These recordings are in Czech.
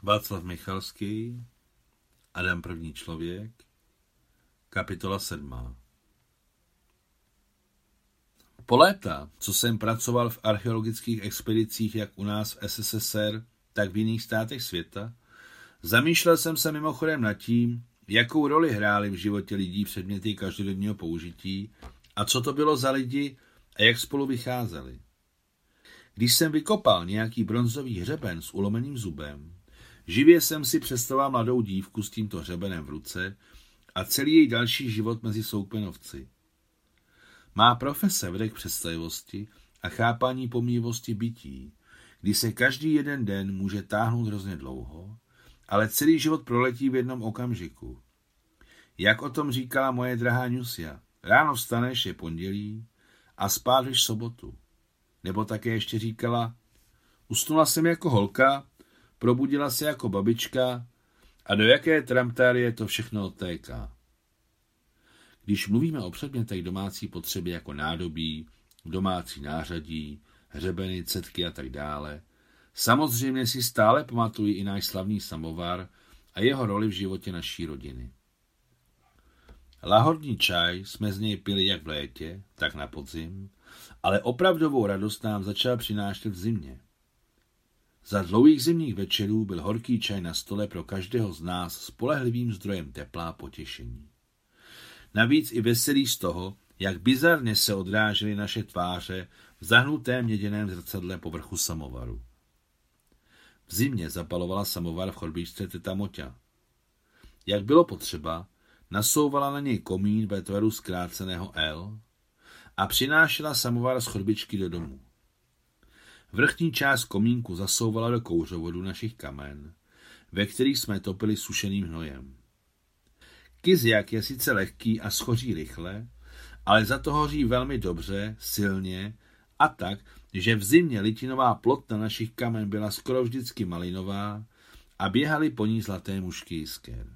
Václav Michalský, Adam první člověk, kapitola 7. Po léta, co jsem pracoval v archeologických expedicích jak u nás v SSSR, tak v jiných státech světa, zamýšlel jsem se mimochodem nad tím, jakou roli hrály v životě lidí předměty každodenního použití a co to bylo za lidi a jak spolu vycházeli. Když jsem vykopal nějaký bronzový hřeben s ulomeným zubem, živě jsem si představoval mladou dívku s tímto hřebenem v ruce a celý její další život mezi soukmenovci. Má profese vede k představivosti a chápání pomíjivosti bytí, kdy se každý jeden den může táhnout hrozně dlouho, ale celý život proletí v jednom okamžiku. Jak o tom říkala moje drahá Nusia, ráno vstaneš, je pondělí a spát jdeš sobotu. Nebo také ještě říkala, usnula jsem jako holka, probudila se jako babička a do jaké tramtárie to všechno odtéká. Když mluvíme o předmětech domácí potřeby jako nádobí, domácí nářadí, hřebeny, cetky a tak dále, samozřejmě si stále pamatuji i náš slavný samovar a jeho roli v životě naší rodiny. Lahodný čaj jsme z něj pili jak v létě, tak na podzim, ale opravdovou radost nám začal přinášet v zimě. Za dlouhých zimních večerů byl horký čaj na stole pro každého z nás spolehlivým zdrojem tepla a potěšení. Navíc i veselý z toho, jak bizarně se odrážely naše tváře v zahnutém měděném zrcadle povrchu samovaru. V zimě zapalovala samovar v chodbičce teta Moťa. Jak bylo potřeba, nasouvala na něj komín ve tvaru zkráceného L a přinášela samovar z chodbičky do domu. Vrchní část komínku zasouvala do kouřovodu našich kamen, ve kterých jsme topili sušeným hnojem. Kyzjak je sice lehký a schoří rychle, ale za to hoří velmi dobře, silně a tak, že v zimě litinová plotna našich kamen byla skoro vždycky malinová a běhaly po ní zlaté mušky jisker.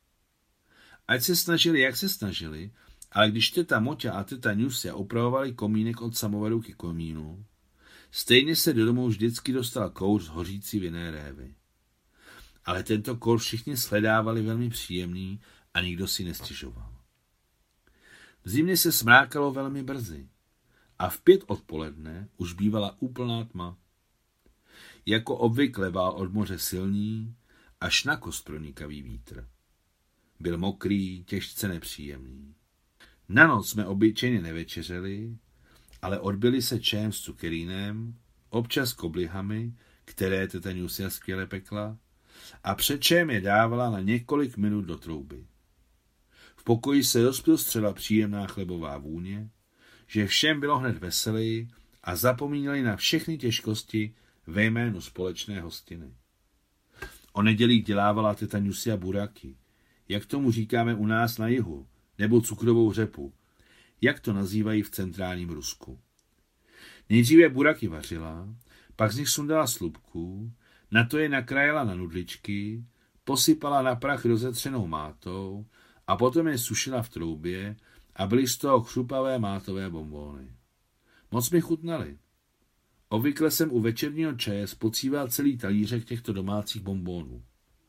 Ať se snažili, jak se snažili, ale když teta Moťa a teta Nusia opravovali komínek od samovaru ke komínu, stejně se do domu vždycky dostal kouř z hořící vinné révy. Ale tento kouř všichni shledávali velmi příjemný a nikdo si nestěžoval. V zimě se smrákalo velmi brzy a v 5 odpoledne už bývala úplná tma. Jako obvykle vál od moře silný až na kost pronikavý vítr. Byl mokrý, těžce nepříjemný. Na noc jsme obyčejně nevečeřeli, ale odbyli se čajem s cukerínem, občas koblihami, které teta Nusia skvěle pekla, a před čajem je dávala na několik minut do trouby. V pokoji se rozprostřela příjemná chlebová vůně, že všem bylo hned veseleji a zapomínali na všechny těžkosti ve jménu společné hostiny. O nedělích dělávala teta Nusia buraky, jak tomu říkáme u nás na jihu, nebo cukrovou řepu, jak to nazývají v centrálním Rusku. Nejdříve buraky vařila, pak z nich sundala slupku, na to je nakrájela na nudličky, posypala na prach rozetřenou mátou a potom je sušila v troubě a byly z toho chřupavé mátové bonbóny. Moc mi chutnaly. Obvykle jsem u večerního čaje spocíval celý talířek těchto domácích bonbónů.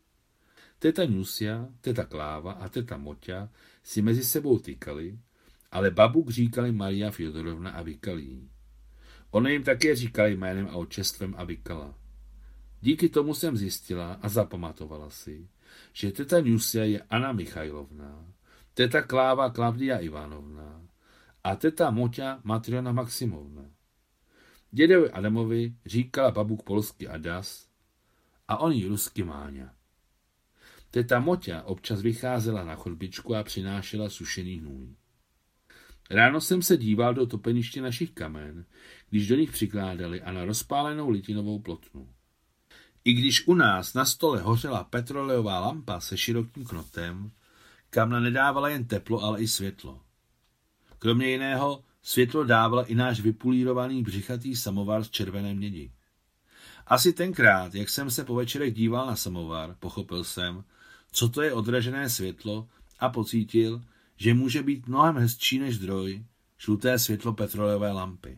Teta Nusia, teta Kláva a teta Moťa si mezi sebou tykali, ale babuk říkali Maria Fjodorovna a Vikalí. Ona jim také říkali jménem a otčestvem a Vikala. Díky tomu jsem zjistila a zapamatovala si, že teta Nusia je Anna Michajlovna, teta Kláva Klavdia Ivanovna a teta Moťa Matriona Maximovna. Dědovi Adamovi říkala babuk polsky Adas a on jí rusky Máňa. Teta Moťa občas vycházela na chodbičku a přinášela sušený hnůj. Ráno jsem se díval do topeniště našich kamen, když do nich přikládali a na rozpálenou litinovou plotnu. I když u nás na stole hořela petroleová lampa se širokým knotem, kam nedávala jen teplo, ale i světlo. Kromě jiného světlo dávala i náš vypulírovaný břichatý samovar z červené mědi. Asi tenkrát, jak jsem se po večerech díval na samovar, pochopil jsem, co to je odražené světlo a pocítil, že může být mnohem hezčí než zdroj, žluté světlo petroleové lampy.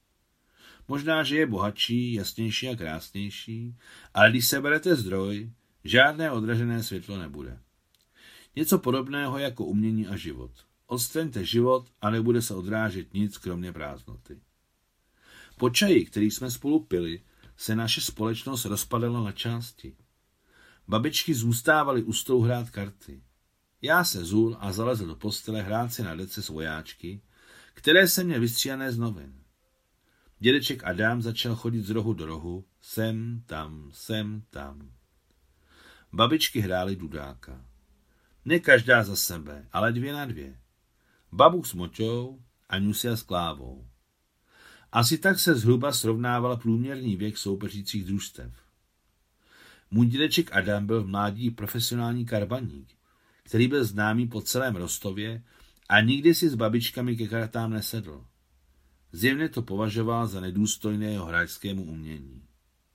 Možná, že je bohatší, jasnější a krásnější, ale když seberete zdroj, Žádné odražené světlo nebude. Něco podobného jako umění a život. Odstraňte život a nebude se odrážet nic, kromě prázdnoty. Po čaji, který jsme spolu pili, se naše společnost rozpadala na části. Babičky zůstávaly u stolu hrát karty. Já se zul a zalezl do postele hrát si na dece s vojáčky, které jsem měl vystříhané z novin. Dědeček Adam začal chodit z rohu do rohu, sem tam. Babičky hrály dudáka. Ne každá za sebe, ale 2 na 2. Babuk s Moťou a Nusia s Klávou. Asi tak se zhruba srovnával průměrný věk soupeřících družstev. Můj dědeček Adam byl v mládí profesionální karbaník, který byl známý po celém Rostově a nikdy si s babičkami ke kartám nesedl. Zjevně to považoval za nedůstojné jeho hráčskému umění.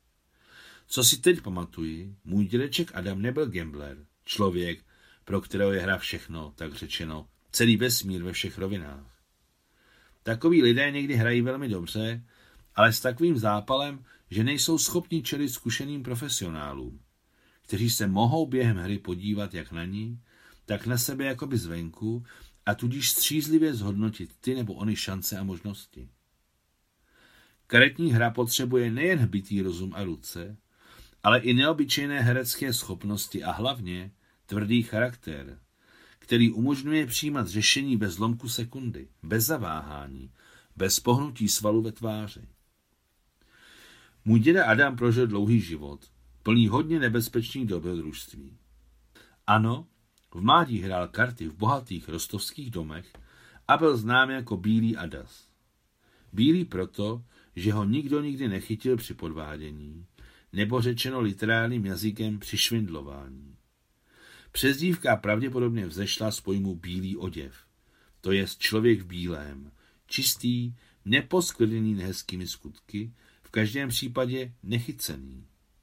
Co si teď pamatuji, můj dědeček Adam nebyl gambler, člověk, pro kterého je hra všechno, tak řečeno, celý vesmír ve všech rovinách. Takoví lidé někdy hrají velmi dobře, ale s takovým zápalem, že nejsou schopni čelit zkušeným profesionálům, kteří se mohou během hry podívat jak na ní, tak na sebe jakoby zvenku a tudíž střízlivě zhodnotit ty nebo ony šance a možnosti. Karetní hra potřebuje nejen hbitý rozum a ruce, ale i neobyčejné herecké schopnosti a hlavně tvrdý charakter, který umožňuje přijímat řešení bez zlomku sekundy, bez zaváhání, bez pohnutí svalu ve tváři. Můj děda Adam prožil dlouhý život, plný hodně nebezpečných dobrodružství. Ano, v mládí hrál karty v bohatých rostovských domech a byl znám jako Bílý Adas. Bílý proto, že ho nikdo nikdy nechytil při podvádění, nebo řečeno literárním jazykem při švindlování. Přezdívka pravděpodobně vzešla z pojmu bílý oděv, to jest člověk v bílém, čistý, neposkvrněný nehezkými skutky, v každém případě nechycený.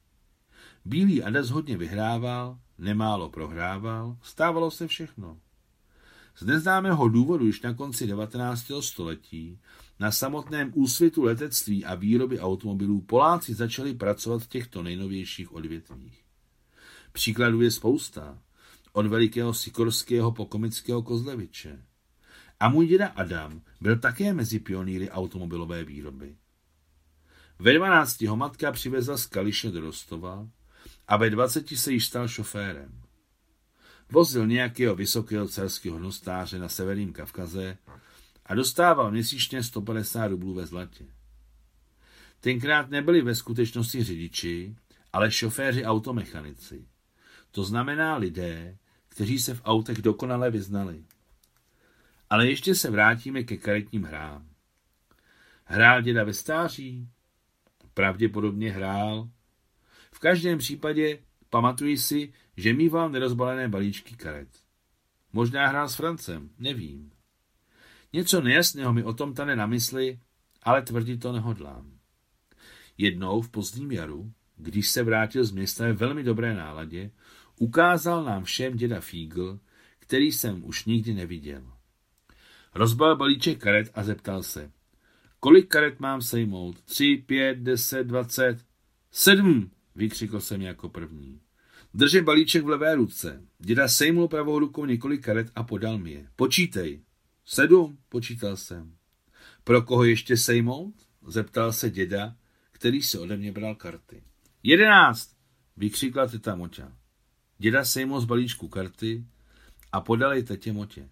Bílý Adas hodně vyhrával, nemálo prohrával, stávalo se všechno. Z neznámého důvodu již na konci 19. století na samotném úsvitu letectví a výroby automobilů Poláci začali pracovat v těchto nejnovějších odvětvích. Příkladů je spousta, od velikého Sikorského po komického Kozleviče. A můj děda Adam byl také mezi pionýry automobilové výroby. Ve 12 ho matka přivezla z Kališe do Rostova a ve 20 se již stal šoférem. Vozil nějakého vysokého carského hodnostáře na severním Kavkaze a dostával měsíčně 150 rublů ve zlatě. Tenkrát nebyli ve skutečnosti řidiči, ale šoféři automechanici. To znamená lidé, kteří se v autech dokonale vyznali. Ale ještě se vrátíme ke karetním hrám. Hrál děda ve stáří? Pravděpodobně hrál. V každém případě pamatuji si, že mýval nerozbalené balíčky karet. Možná hrál s Francem, nevím. Něco nejasného mi o tom tane na mysli, ale tvrdit to nehodlám. Jednou v pozdním jaru, když se vrátil z města ve velmi dobré náladě, ukázal nám všem děda Fígl, který jsem už nikdy neviděl. Rozbal balíček karet a zeptal se, kolik karet mám sejmout? 3, 5, 10, 20, 7, vykřikl jsem jako první. Držím balíček v levé ruce. Děda sejmul pravou rukou několik karet a podal mi je. Počítej. 7, počítal jsem. Pro koho ještě sejmout? Zeptal se děda, který si ode mě bral karty. 11, vykřikla teta Moťa. Děda sejmul z balíčku karty a podal ji tetě Motě.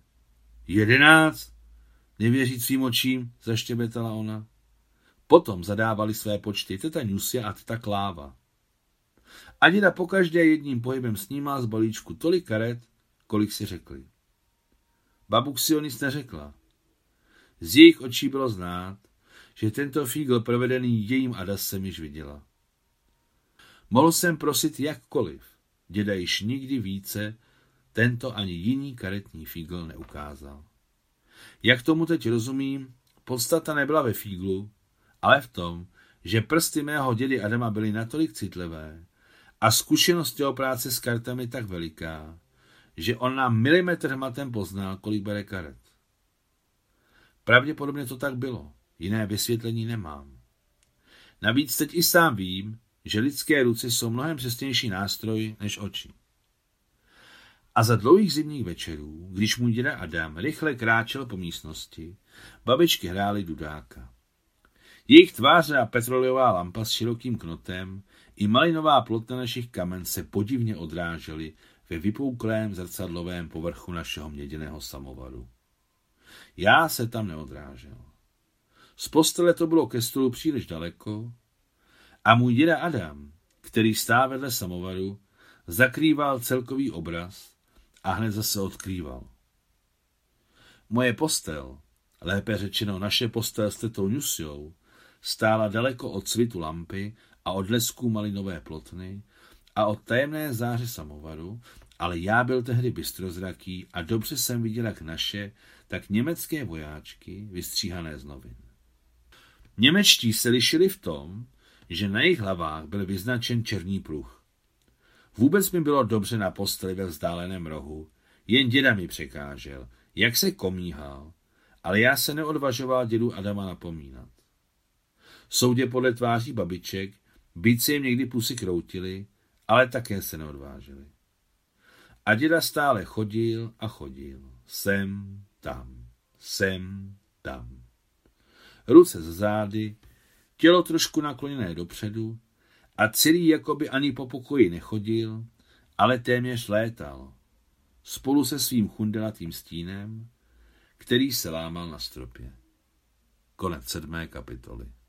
11, nevěřit svým očím, zaštěbetala ona. Potom zadávali své počty teta Nusia a teta Kláva. A děda pokaždé jedním pohybem snímal z balíčku tolik karet, kolik si řekli. Babuk si o nic neřekla. Z jejich očí bylo znát, že tento Fígl provedený jejím Adasem již viděla. Mohl jsem prosit jakkoliv, děda již nikdy více tento ani jiný karetní Fígl neukázal. Jak tomu teď rozumím, podstata nebyla ve Fíglu, ale v tom, že prsty mého dědy Adama byly natolik citlivé a zkušenost jeho práce s kartami tak veliká, že on na milimetr hmatem poznal, kolik bere karet. Pravděpodobně to tak bylo, jiné vysvětlení nemám. Navíc teď i sám vím, že lidské ruce jsou mnohem přesnější nástroj než oči. A za dlouhých zimních večerů, když můj děda Adam rychle kráčel po místnosti, babičky hrály dudáka. Jejich tváře a petroleová lampa s širokým knotem i malinová plotna našich kamen se podivně odrážely ve vypouklém zrcadlovém povrchu našeho měděného samovaru. Já se tam neodrážel. Z postele to bylo ke stolu příliš daleko a můj děda Adam, který stál vedle samovaru, zakrýval celkový obraz a hned zase odkrýval. Moje postel, lépe řečeno naše postel s tetou Ňusjou, stála daleko od svitu lampy a od lesků malinové plotny a od tajemné záře samovaru, ale já byl tehdy bystrozraký a dobře jsem viděl jak naše, tak německé vojáčky vystříhané z novin. Němečtí se lišili v tom, že na jejich hlavách byl vyznačen černý pruh. Vůbec mi bylo dobře na posteli ve vzdáleném rohu, jen děda mi překážel, jak se komíhal, ale já se neodvažoval dědu Adama napomínat. Soudě podle tváří babiček, byť se jim někdy pusy kroutily, ale také se neodvážili. A děda stále chodil a chodil, sem, tam. Ruce za zády, tělo trošku nakloněné dopředu a celý jakoby ani po pokoji nechodil, ale téměř létal, spolu se svým chundelatým stínem, který se lámal na stropě. Konec 7. kapitoly.